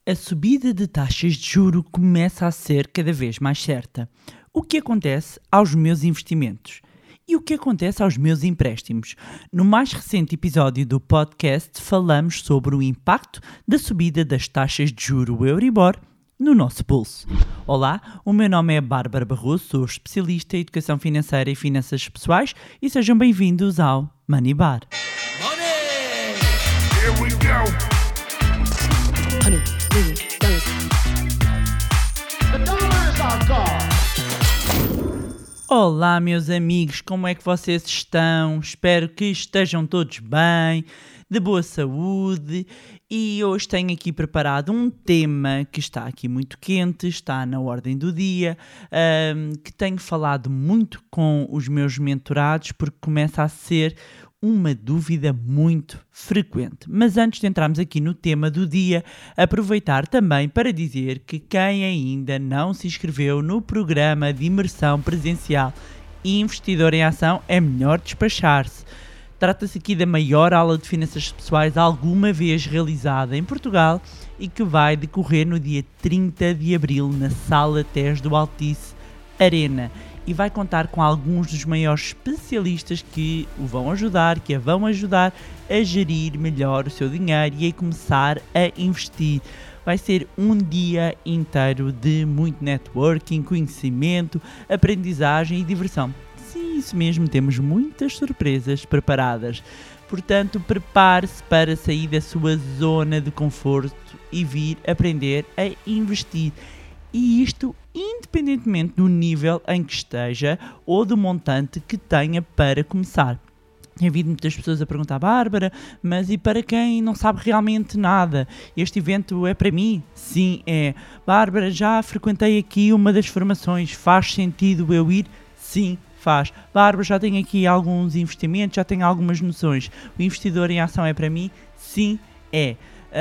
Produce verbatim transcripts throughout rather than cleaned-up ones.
A subida de taxas de juro começa a ser cada vez mais certa. O que acontece aos meus investimentos? E o que acontece aos meus empréstimos? No mais recente episódio do podcast falamos sobre o impacto da subida das taxas de juro Euribor no nosso bolso. Olá, o meu nome é Bárbara Barroso, sou especialista em educação financeira e finanças pessoais e sejam bem-vindos ao Money Bar. Money! Here we go! Honey, baby, dollars. The dollar is our god! Olá, meus amigos, como é que vocês estão? Espero que estejam todos bem, de boa saúde, e hoje tenho aqui preparado um tema que está aqui muito quente, está na ordem do dia, um, que tenho falado muito com os meus mentorados porque começa a ser uma dúvida muito frequente. Mas antes de entrarmos aqui no tema do dia, aproveitar também para dizer que quem ainda não se inscreveu no programa de imersão presencial Investidor em Ação é melhor despachar-se. Trata-se aqui da maior aula de finanças pessoais alguma vez realizada em Portugal e que vai decorrer no dia trinta de abril na Sala Tejo do Altice Arena. E vai contar com alguns dos maiores especialistas que o vão ajudar, que a vão ajudar a gerir melhor o seu dinheiro e a começar a investir. Vai ser um dia inteiro de muito networking, conhecimento, aprendizagem e diversão. Sim, isso mesmo, temos muitas surpresas preparadas. Portanto, prepare-se para sair da sua zona de conforto e vir aprender a investir. E isto independentemente do nível em que esteja ou do montante que tenha para começar. Tem havido muitas pessoas a perguntar: Bárbara, mas e para quem não sabe realmente nada? Este evento é para mim? Sim, é. Bárbara, já frequentei aqui uma das formações, faz sentido eu ir? Sim, faz. Bárbara, já tenho aqui alguns investimentos, já tenho algumas noções. O investidor em ação é para mim? Sim, é.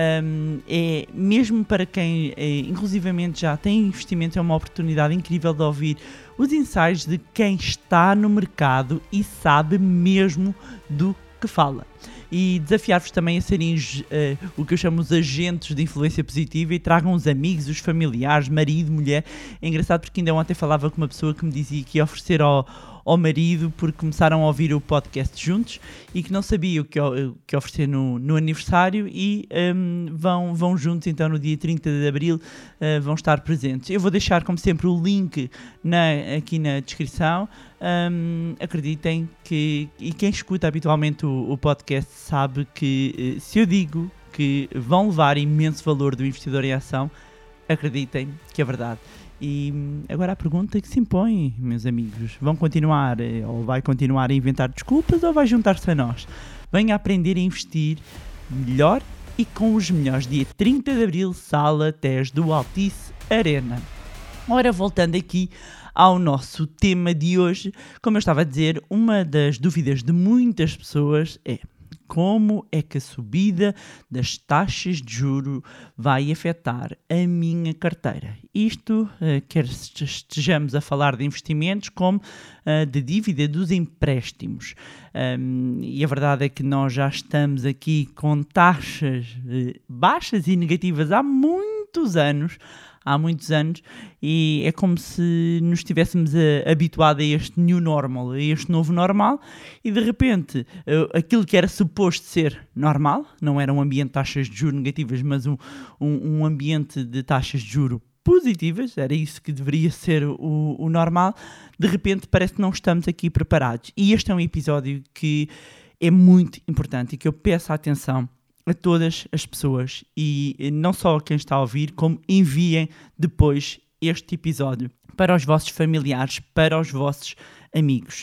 Um, é mesmo para quem é, inclusivamente já tem investimento, é uma oportunidade incrível de ouvir os insights de quem está no mercado e sabe mesmo do que fala. E desafiar-vos também a serem uh, o que eu chamo os agentes de influência positiva e tragam os amigos, os familiares, marido, mulher. É engraçado porque ainda ontem falava com uma pessoa que me dizia que ia oferecer ao, ao marido porque começaram a ouvir o podcast juntos e que não sabia o que, o que oferecer no, no aniversário e um, vão, vão juntos então no dia trinta de abril, uh, vão estar presentes. Eu vou deixar como sempre o link na, aqui na descrição. Um, acreditem que, e quem escuta habitualmente o, o podcast sabe que uh, se eu digo que vão levar imenso valor do investidor em ação, acreditem que é verdade. E agora a pergunta que se impõe, meus amigos: vão continuar, ou vai continuar a inventar desculpas, ou vai juntar-se a nós? Venha aprender a investir melhor e com os melhores. Dia trinta de abril, Sala Tejo do Altice Arena. Ora, voltando aqui ao nosso tema de hoje, como eu estava a dizer, uma das dúvidas de muitas pessoas é: como é que a subida das taxas de juro vai afetar a minha carteira? Isto, uh, quer estejamos a falar de investimentos como uh, de dívida dos empréstimos. Um, e a verdade é que nós já estamos aqui com taxas uh, baixas e negativas há muitos anos, há muitos anos, e é como se nos estivéssemos a, habituado a este new normal, a este novo normal, e de repente uh, aquilo que era suposto ser normal, não era um ambiente de taxas de juros negativas, mas um, um, um ambiente de taxas de juros positivas, era isso que deveria ser o, o normal, de repente parece que não estamos aqui preparados. E este é um episódio que é muito importante e que eu peço a atenção a todas as pessoas, e não só a quem está a ouvir, como enviem depois este episódio para os vossos familiares, para os vossos amigos.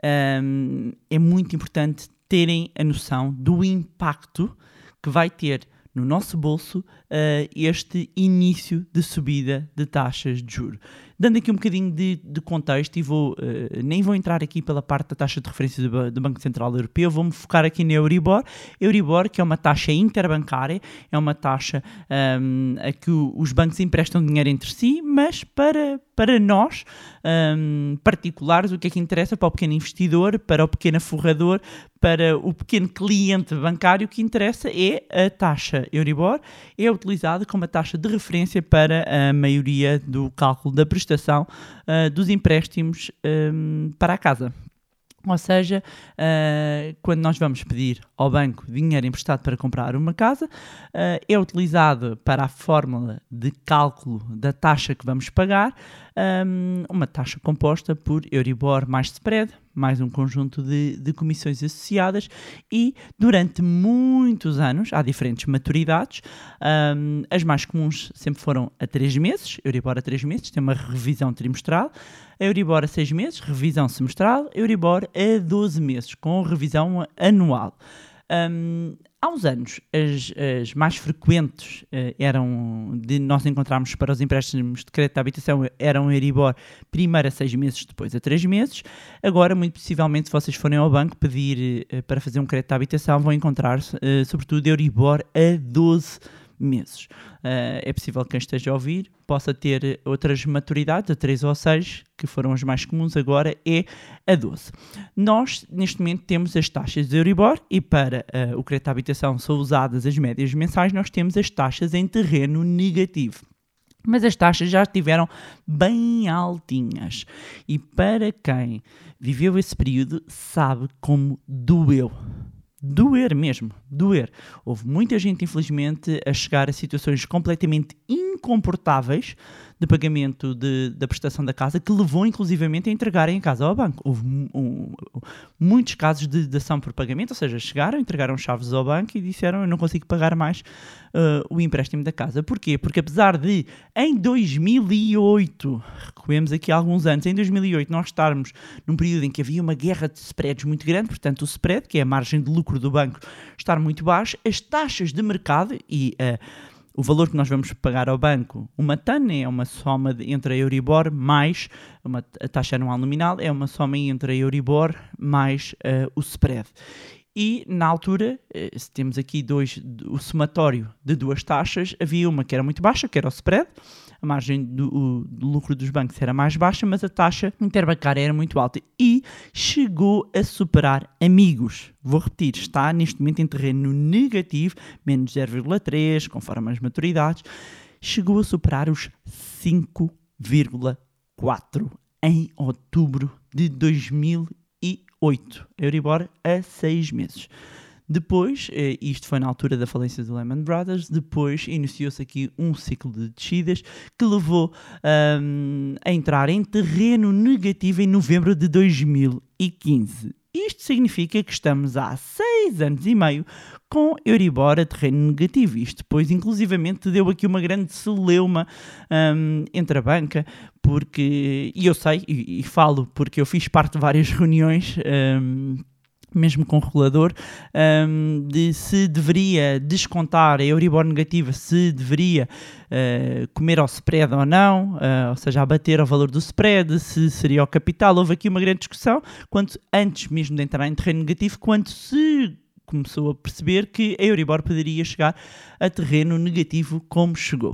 Um, é muito importante terem a noção do impacto que vai ter no nosso bolso uh, este início de subida de taxas de juros. Dando aqui um bocadinho de, de contexto, e vou, uh, nem vou entrar aqui pela parte da taxa de referência do, do Banco Central Europeu, vou-me focar aqui na Euribor. Euribor, que é uma taxa interbancária, é uma taxa um, a que o, os bancos emprestam dinheiro entre si, mas para, para nós, um, particulares, o que é que interessa para o pequeno investidor, para o pequeno forrador, para o pequeno cliente bancário, o que interessa é a taxa Euribor, é o utilizado como a taxa de referência para a maioria do cálculo da prestação uh, dos empréstimos um, para a casa. Ou seja, uh, quando nós vamos pedir ao banco dinheiro emprestado para comprar uma casa, uh, é utilizado para a fórmula de cálculo da taxa que vamos pagar, um, uma taxa composta por Euribor mais spread, mais um conjunto de, de comissões associadas, e durante muitos anos, há diferentes maturidades, um, as mais comuns sempre foram a três meses, Euribor a três meses, tem uma revisão trimestral, Euribor a seis meses, revisão semestral, Euribor a doze meses, com revisão anual. Um, há uns anos, as, as mais frequentes uh, eram, de nós encontrarmos para os empréstimos de crédito à habitação, eram Euribor primeiro a seis meses, depois a três meses. Agora, muito possivelmente, se vocês forem ao banco pedir uh, para fazer um crédito à habitação, vão encontrar, uh, sobretudo, Euribor a doze meses. Uh, é possível que quem esteja a ouvir possa ter outras maturidades, a três ou a seis, que foram as mais comuns, agora é a doze. Nós, neste momento, temos as taxas de Euribor e para uh, o crédito à habitação são usadas as médias mensais, nós temos as taxas em terreno negativo. Mas as taxas já estiveram bem altinhas. E para quem viveu esse período, sabe como doeu. Doer mesmo, doer. Houve muita gente, infelizmente, a chegar a situações completamente incomportáveis de pagamento de, da prestação da casa, que levou, inclusivamente, a entregarem a casa ao banco. Houve um, um, muitos casos de dação por pagamento, ou seja, chegaram, entregaram chaves ao banco e disseram: eu não consigo pagar mais uh, o empréstimo da casa. Porquê? Porque apesar de, em dois mil e oito, recuemos aqui há alguns anos, em dois mil e oito nós estarmos num período em que havia uma guerra de spreads muito grande, portanto o spread, que é a margem de lucro do banco, estar muito baixo, as taxas de mercado e uh, o valor que nós vamos pagar ao banco, uma T A N é uma soma de, entre a Euribor mais uma, a taxa anual nominal, é uma soma entre a Euribor mais uh, o spread. E, na altura, se temos aqui dois, o somatório de duas taxas, havia uma que era muito baixa, que era o spread, a margem do, o, do lucro dos bancos era mais baixa, mas a taxa interbancária era muito alta e chegou a superar amigos. Vou repetir, está neste momento em terreno negativo, menos zero vírgula três, conforme as maturidades, chegou a superar os cinco vírgula quatro em outubro de dois mil e oito, Euribor a seis meses. Depois, isto foi na altura da falência do Lehman Brothers, depois iniciou-se aqui um ciclo de descidas que levou um, a entrar em terreno negativo em novembro de dois mil e quinze. Isto significa que estamos há seis anos e meio com Euribor a terreno negativo. Isto depois, inclusivamente, deu aqui uma grande celeuma um, entre a banca, porque, e eu sei, e, e falo porque eu fiz parte de várias reuniões, um, mesmo com o regulador, um, de se deveria descontar a Euribor negativa, se deveria uh, comer ao spread ou não, uh, ou seja, abater ao valor do spread, se seria ao capital. Houve aqui uma grande discussão, quando, antes mesmo de entrar em terreno negativo, quando se começou a perceber que a Euribor poderia chegar a terreno negativo como chegou.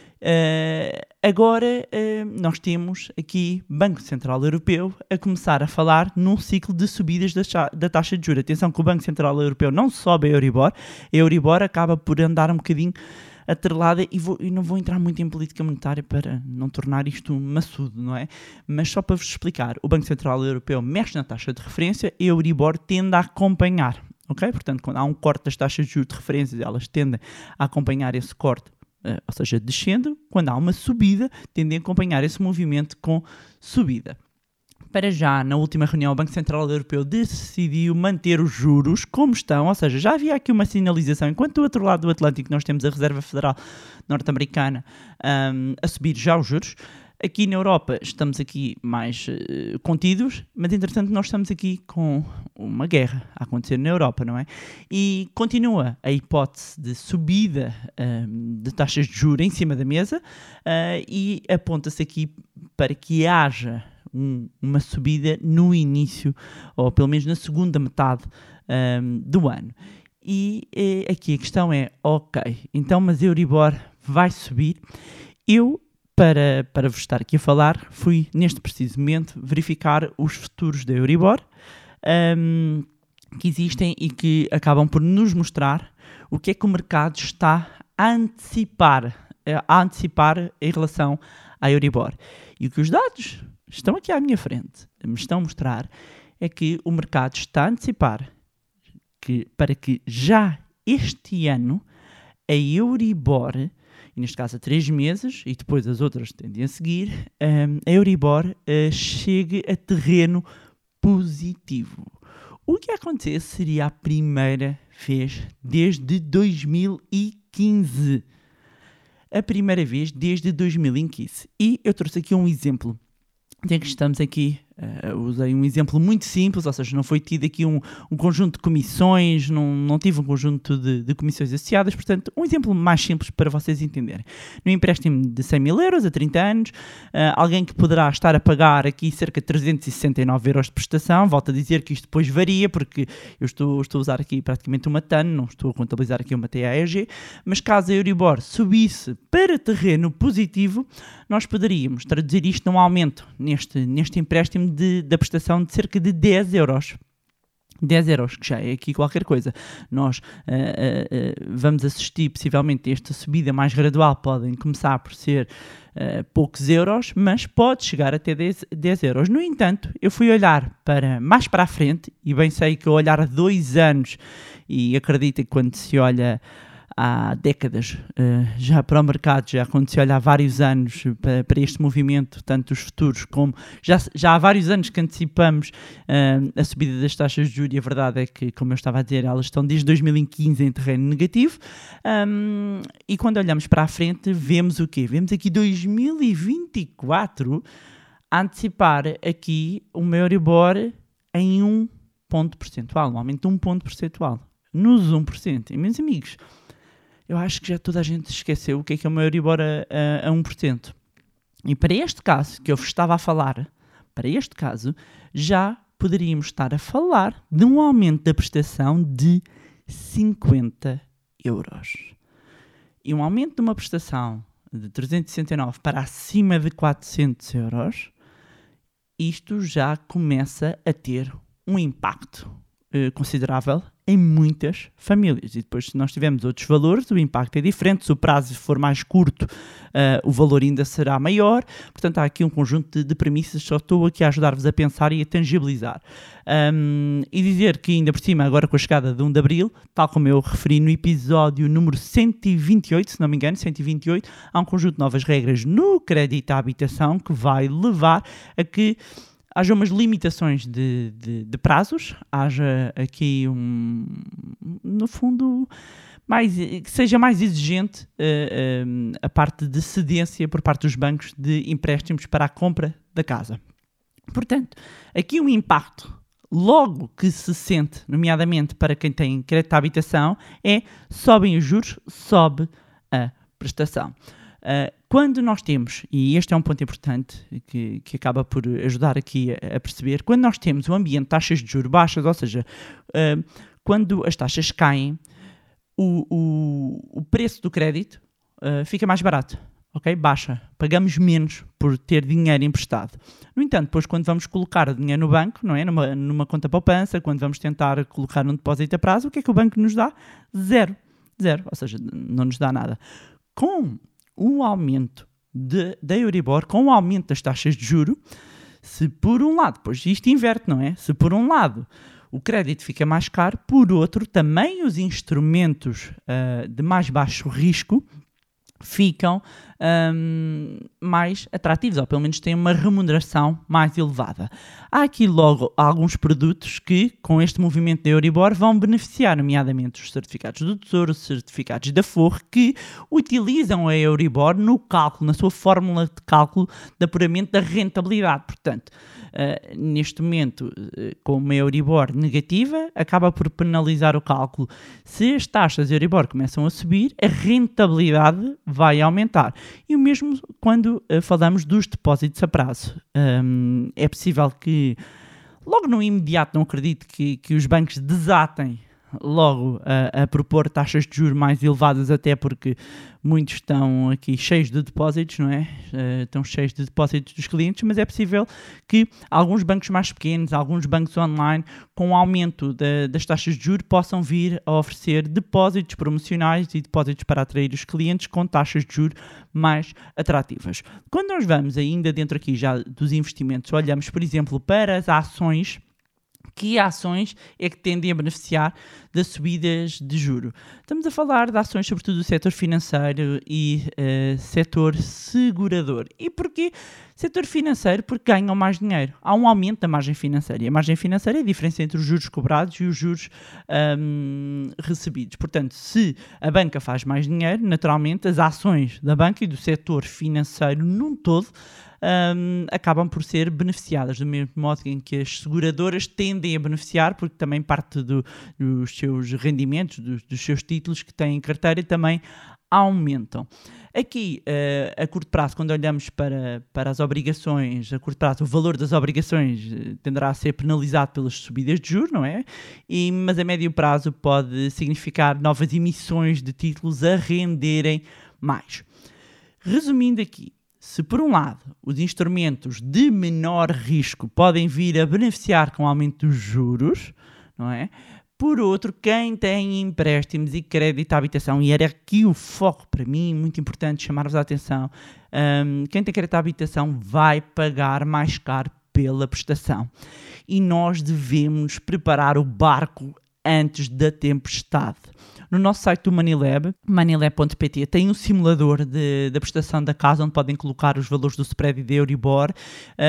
Uh, agora uh, nós temos aqui Banco Central Europeu a começar a falar num ciclo de subidas da, da taxa de juros. Atenção que o Banco Central Europeu não sobe a Euribor, a Euribor acaba por andar um bocadinho atrelada, e, vou, e não vou entrar muito em política monetária para não tornar isto maçudo, não é? Mas só para vos explicar, o Banco Central Europeu mexe na taxa de referência e a Euribor tende a acompanhar, ok? Portanto, quando há um corte das taxas de juros de referência, elas tendem a acompanhar esse corte, Uh, ou seja, descendo. Quando há uma subida, tendem a acompanhar esse movimento com subida. Para já, na última reunião, o Banco Central Europeu decidiu manter os juros como estão, ou seja, já havia aqui uma sinalização, enquanto do outro lado do Atlântico nós temos a Reserva Federal Norte-Americana um, a subir já os juros. Aqui na Europa estamos aqui mais uh, contidos, mas entretanto nós estamos aqui com uma guerra a acontecer na Europa, não é? E continua a hipótese de subida um, de taxas de juros em cima da mesa uh, e aponta-se aqui para que haja um, uma subida no início, ou pelo menos na segunda metade um, do ano. E uh, aqui a questão é, ok, então mas a Euribor vai subir? Eu Para, para vos estar aqui a falar, fui neste preciso momento verificar os futuros da Euribor um, que existem e que acabam por nos mostrar o que é que o mercado está a antecipar, a antecipar em relação à Euribor. E o que os dados estão aqui à minha frente me estão a mostrar é que o mercado está a antecipar que, para que já este ano a Euribor, e neste caso a três meses, e depois as outras tendem a seguir, um, a Euribor uh, chegue a terreno positivo. O que acontece seria a primeira vez desde dois mil e quinze. A primeira vez desde dois mil e quinze. E eu trouxe aqui um exemplo. Tem que estamos aqui, uh, usei um exemplo muito simples, ou seja, não foi tido aqui um, um conjunto de comissões, não, não tive um conjunto de, de comissões associadas, portanto, um exemplo mais simples para vocês entenderem. No empréstimo de cem mil euros a trinta anos, uh, alguém que poderá estar a pagar aqui cerca de trezentos e sessenta e nove euros de prestação, volto a dizer que isto depois varia, porque eu estou, estou a usar aqui praticamente uma T A N, não estou a contabilizar aqui uma T A E G, mas caso a Euribor subisse para terreno positivo, nós poderíamos traduzir isto num aumento neste, neste empréstimo de, da prestação de cerca de dez euros. dez euros, que já é aqui qualquer coisa. Nós uh, uh, uh, vamos assistir possivelmente a esta subida mais gradual, podem começar por ser uh, poucos euros, mas pode chegar até dez, dez euros. No entanto, eu fui olhar para, mais para a frente, e bem sei que eu olhar a dois anos, e acredito que quando se olha há décadas, uh, já para o mercado, já quando se olha há vários anos para, para este movimento, tanto os futuros como já, já há vários anos que antecipamos uh, a subida das taxas de juros, e a verdade é que, como eu estava a dizer, elas estão desde dois mil e quinze em terreno negativo, um, e quando olhamos para a frente vemos o quê? Vemos aqui dois mil e vinte e quatro a antecipar aqui o Euribor em um ponto percentual, um aumento de um ponto percentual, nos um por cento. E, meus amigos, eu acho que já toda a gente esqueceu o que é que é o Euribor a, a, a um por cento. E para este caso que eu vos estava a falar, para este caso, já poderíamos estar a falar de um aumento da prestação de cinquenta euros. E um aumento de uma prestação de trezentos e sessenta e nove para acima de quatrocentos euros, isto já começa a ter um impacto eh, considerável em muitas famílias. E depois, se nós tivermos outros valores, o impacto é diferente. Se o prazo for mais curto, uh, o valor ainda será maior. Portanto, há aqui um conjunto de, de premissas. Só estou aqui a ajudar-vos a pensar e a tangibilizar. Um, e dizer que, ainda por cima, agora com a chegada de um de Abril, tal como eu referi no episódio número cento e vinte e oito, se não me engano, cento e vinte e oito, há um conjunto de novas regras no crédito à habitação que vai levar a que haja umas limitações de, de, de prazos, haja aqui um, no fundo, mais, que seja mais exigente uh, um, a parte de cedência por parte dos bancos de empréstimos para a compra da casa. Portanto, aqui um impacto logo que se sente, nomeadamente para quem tem crédito à habitação, é sobem os juros, sobe a prestação. Uh, quando nós temos, e este é um ponto importante que, que acaba por ajudar aqui a, a perceber, quando nós temos um ambiente de taxas de juros baixas, ou seja, uh, quando as taxas caem, o, o, o preço do crédito uh, fica mais barato, ok? Baixa, pagamos menos por ter dinheiro emprestado. No entanto, depois quando vamos colocar o dinheiro no banco, não é? numa, numa conta poupança, quando vamos tentar colocar um depósito a prazo, o que é que o banco nos dá? Zero, zero, ou seja, não nos dá nada. Com o aumento de, da Euribor, com o aumento das taxas de juro, se por um lado, pois isto inverte, não é? Se por um lado o crédito fica mais caro, por outro também os instrumentos uh, de mais baixo risco ficam um, mais atrativos, ou pelo menos têm uma remuneração mais elevada. Há aqui logo alguns produtos que, com este movimento da Euribor, vão beneficiar, nomeadamente os certificados do Tesouro, os certificados da Forro, que utilizam a Euribor no cálculo, na sua fórmula de cálculo de apuramento da rentabilidade. Portanto, uh, neste momento, uh, com uma Euribor negativa, acaba por penalizar o cálculo. Se as taxas de Euribor começam a subir, a rentabilidade vai aumentar. E o mesmo quando uh, falamos dos depósitos a prazo. Um, é possível que, logo no imediato, não acredito que, que os bancos desatem logo a, a propor taxas de juros mais elevadas, até porque muitos estão aqui cheios de depósitos, não é? Uh, estão cheios de depósitos dos clientes, mas é possível que alguns bancos mais pequenos, alguns bancos online, com o aumento da, das taxas de juros, possam vir a oferecer depósitos promocionais e depósitos para atrair os clientes com taxas de juros mais atrativas. Quando nós vamos ainda dentro aqui já dos investimentos, olhamos, por exemplo, para as ações. Que ações é que tendem a beneficiar das subidas de juro? Estamos a falar de ações sobretudo do setor financeiro e uh, setor segurador. E porquê setor financeiro? Porque ganham mais dinheiro. Há um aumento da margem financeira. E a margem financeira é a diferença entre os juros cobrados e os juros um, recebidos. Portanto, se a banca faz mais dinheiro, naturalmente as ações da banca e do setor financeiro num todo Um, acabam por ser beneficiadas, do mesmo modo em que as seguradoras tendem a beneficiar, porque também parte do, dos seus rendimentos, dos, dos seus títulos que têm em carteira também aumentam. Aqui, uh, a curto prazo, quando olhamos para, para as obrigações, a curto prazo, o valor das obrigações uh, tenderá a ser penalizado pelas subidas de juros, não é? E, mas a médio prazo pode significar novas emissões de títulos a renderem mais. Resumindo aqui, se por um lado os instrumentos de menor risco podem vir a beneficiar com o aumento dos juros, não é? Por outro, quem tem empréstimos e crédito à habitação, e era aqui o foco para mim, muito importante chamar-vos a atenção, um, quem tem crédito à habitação vai pagar mais caro pela prestação. E nós devemos preparar o barco antes da tempestade. No nosso site do Money-Lab, moneylab ponto pt, tem um simulador de, da prestação da casa, onde podem colocar os valores do spread e da Euribor, uh,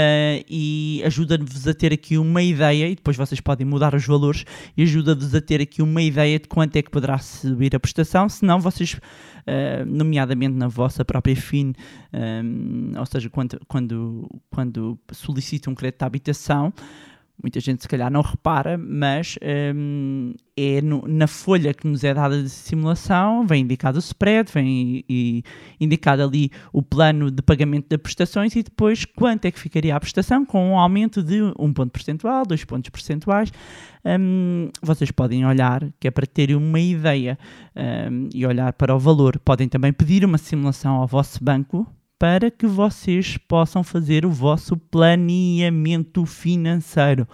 e ajuda-vos a ter aqui uma ideia, e depois vocês podem mudar os valores, e ajuda-vos a ter aqui uma ideia de quanto é que poderá subir a prestação, senão vocês, uh, nomeadamente na vossa própria F I N, um, ou seja, quando, quando, quando solicitam um crédito de habitação, muita gente se calhar não repara, mas um, é no, na folha que nos é dada de simulação, vem indicado o spread, vem e, e indicado ali o plano de pagamento de prestações e depois quanto é que ficaria a prestação com um aumento de um ponto percentual, dois pontos percentuais. Um, vocês podem olhar, que é para terem uma ideia um, e olhar para o valor. Podem também pedir uma simulação ao vosso banco para que vocês possam fazer o vosso planeamento financeiro.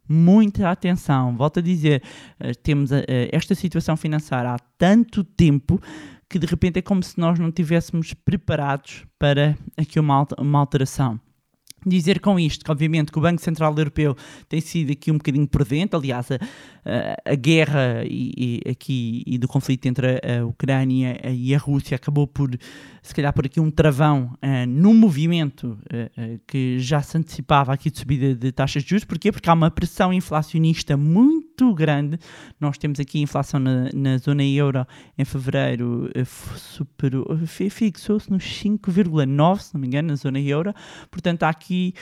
Muita atenção, volto a dizer, temos esta situação financeira há tanto tempo que de repente é como se nós não estivéssemos preparados para aqui uma alteração. Dizer com isto que obviamente que o Banco Central Europeu tem sido aqui um bocadinho por dentro, aliás a, a, a guerra e, e, aqui, e do conflito entre a, a Ucrânia e a Rússia acabou por, se calhar por aqui um travão uh, num movimento uh, uh, que já se antecipava aqui de subida de taxas de juros. Porquê? Porque há uma pressão inflacionista muito grande. Nós temos aqui a inflação na, na zona euro em fevereiro uh, superou, fixou-se nos cinco vírgula nove, se não me engano, na zona euro. Portanto, há aqui Aqui,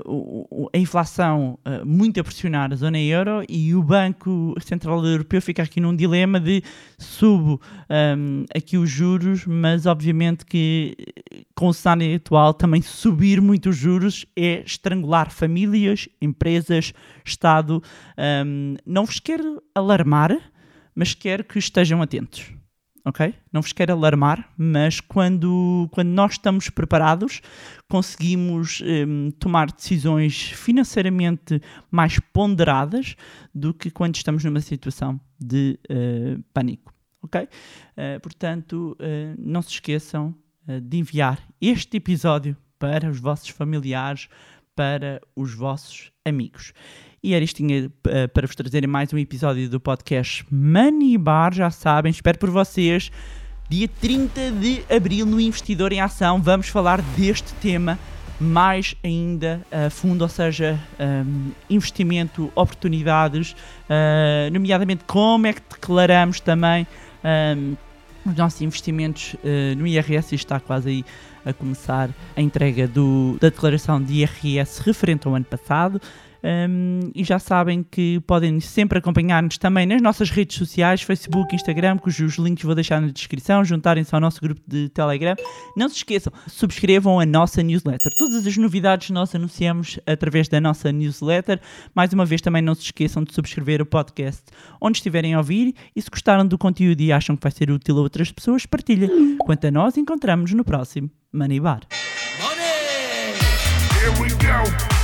uh, a inflação uh, muito a pressionar a zona euro e o Banco Central Europeu fica aqui num dilema de subo um, aqui os juros, mas obviamente que com o cenário atual também subir muito os juros é estrangular famílias, empresas, Estado. Um, não vos quero alarmar, mas quero que estejam atentos. Ok? Não vos quero alarmar, mas quando, quando nós estamos preparados, conseguimos um, tomar decisões financeiramente mais ponderadas do que quando estamos numa situação de uh, pânico. Ok? Uh, portanto, uh, não se esqueçam uh, de enviar este episódio para os vossos familiares, para os vossos amigos. E era isto uh, para vos trazerem mais um episódio do podcast Money Bar. Já sabem, espero por vocês. Dia trinta de abril no Investidor em Ação vamos falar deste tema mais ainda a fundo, ou seja, um, investimento, oportunidades, uh, nomeadamente como é que declaramos também um, os nossos investimentos uh, no I R S. Isto está quase aí a começar a entrega do, da declaração de I R S referente ao ano passado. Um, e já sabem que podem sempre acompanhar-nos também nas nossas redes sociais, Facebook, Instagram, cujos links vou deixar na descrição, juntarem-se ao nosso grupo de Telegram. Não se esqueçam, subscrevam a nossa newsletter. Todas as novidades nós anunciamos através da nossa newsletter. Mais uma vez, também não se esqueçam de subscrever o podcast onde estiverem a ouvir, e se gostaram do conteúdo e acham que vai ser útil a outras pessoas, partilhem. Quanto a nós, encontramos-nos no próximo Money Bar. Money! Here we go!